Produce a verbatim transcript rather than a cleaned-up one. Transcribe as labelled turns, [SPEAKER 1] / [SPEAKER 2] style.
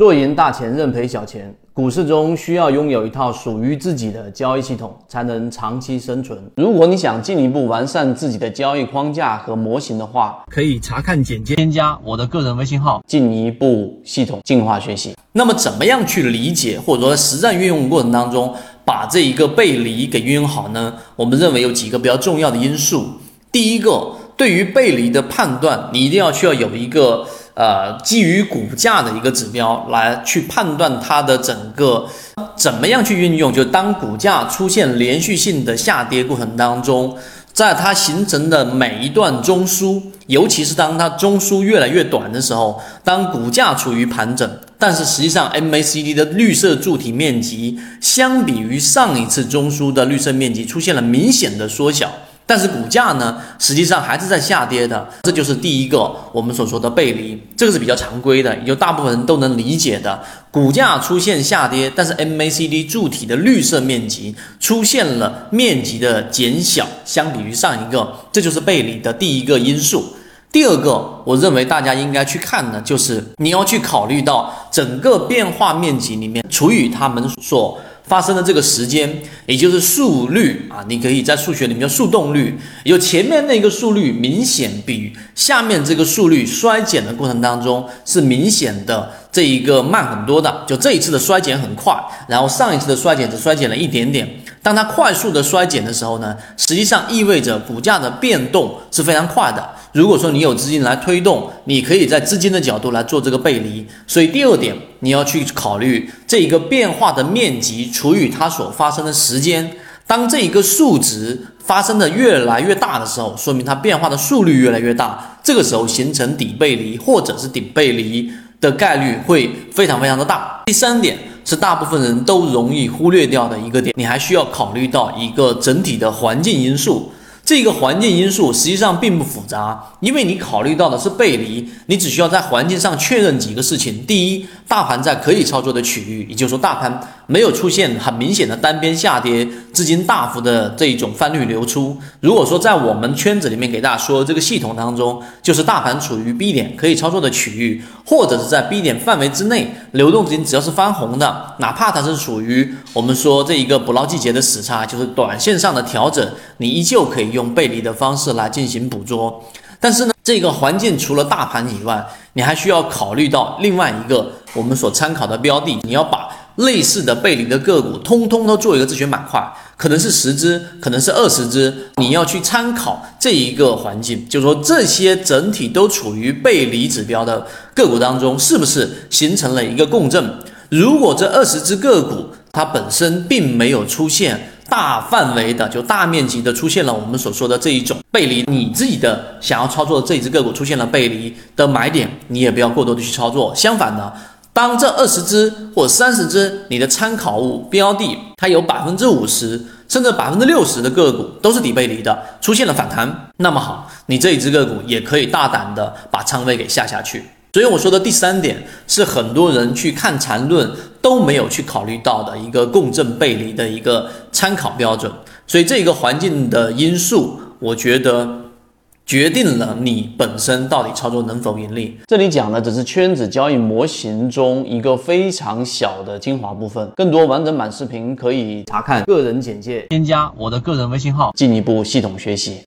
[SPEAKER 1] 做赢大钱，认赔小钱。股市中需要拥有一套属于自己的交易系统，才能长期生存。如果你想进一步完善自己的交易框架和模型的话，可以查看简介，添加我的个人微信号，进一步系统进化学习。那么怎么样去理解，或者说在实战运用过程当中，把这一个背离给运用好呢？我们认为有几个比较重要的因素。第一个，对于背离的判断，你一定要需要有一个呃，基于股价的一个指标来去判断它的整个怎么样去运用。就当股价出现连续性的下跌过程当中，在它形成的每一段中枢，尤其是当它中枢越来越短的时候，当股价处于盘整，但是实际上 M A C D 的绿色柱体面积相比于上一次中枢的绿色面积出现了明显的缩小，但是股价呢，实际上还是在下跌的，这就是第一个我们所说的背离，这个是比较常规的，也就大部分人都能理解的。股价出现下跌，但是 M A C D 柱体的绿色面积出现了面积的减小，相比于上一个，这就是背离的第一个因素。第二个，我认为大家应该去看的，就是你要去考虑到整个变化面积里面除以它们所发生的这个时间，也就是速率啊，你可以在数学里面叫速动率，也就前面那个速率明显比下面这个速率衰减的过程当中是明显的这一个慢很多的，就这一次的衰减很快，然后上一次的衰减只衰减了一点点。当它快速的衰减的时候呢，实际上意味着股价的变动是非常快的。如果说你有资金来推动，你可以在资金的角度来做这个背离。所以第二点，你要去考虑这一个变化的面积除以它所发生的时间。当这一个数值发生的越来越大的时候，说明它变化的速率越来越大，这个时候形成底背离或者是顶背离的概率会非常非常的大。第三点是大部分人都容易忽略掉的一个点，你还需要考虑到一个整体的环境因素。这个环境因素实际上并不复杂，因为你考虑到的是背离，你只需要在环境上确认几个事情。第一，大盘在可以操作的区域，也就是说大盘没有出现很明显的单边下跌，资金大幅的这一种翻绿流出。如果说在我们圈子里面给大家说这个系统当中，就是大盘处于 B 点可以操作的区域，或者是在 B 点范围之内，流动资金只要是翻红的，哪怕它是属于我们说这一个捕捞季节的时差，就是短线上的调整，你依旧可以用用背离的方式来进行捕捉。但是呢，这个环境除了大盘以外，你还需要考虑到另外一个我们所参考的标的，你要把类似的背离的个股通通都做一个自选板块，可能是十只，可能是二十只，你要去参考这一个环境，就是说这些整体都处于背离指标的个股当中，是不是形成了一个共振？如果这二十只个股它本身并没有出现大范围的，就大面积的出现了我们所说的这一种背离，你自己的想要操作的这一只个股出现了背离的买点，你也不要过多的去操作。相反呢，当这二十只或三十只你的参考物标的它有 百分之五十 甚至 百分之六十 的个股都是底背离的，出现了反弹，那么好，你这一只个股也可以大胆的把仓位给下下去。所以我说的第三点是很多人去看缠论都没有去考虑到的一个共振背离的一个参考标准。所以这个环境的因素，我觉得决定了你本身到底操作能否盈利。这里讲的只是圈子交易模型中一个非常小的精华部分，更多完整版视频可以查看个人简介，添加我的个人微信号，进一步系统学习。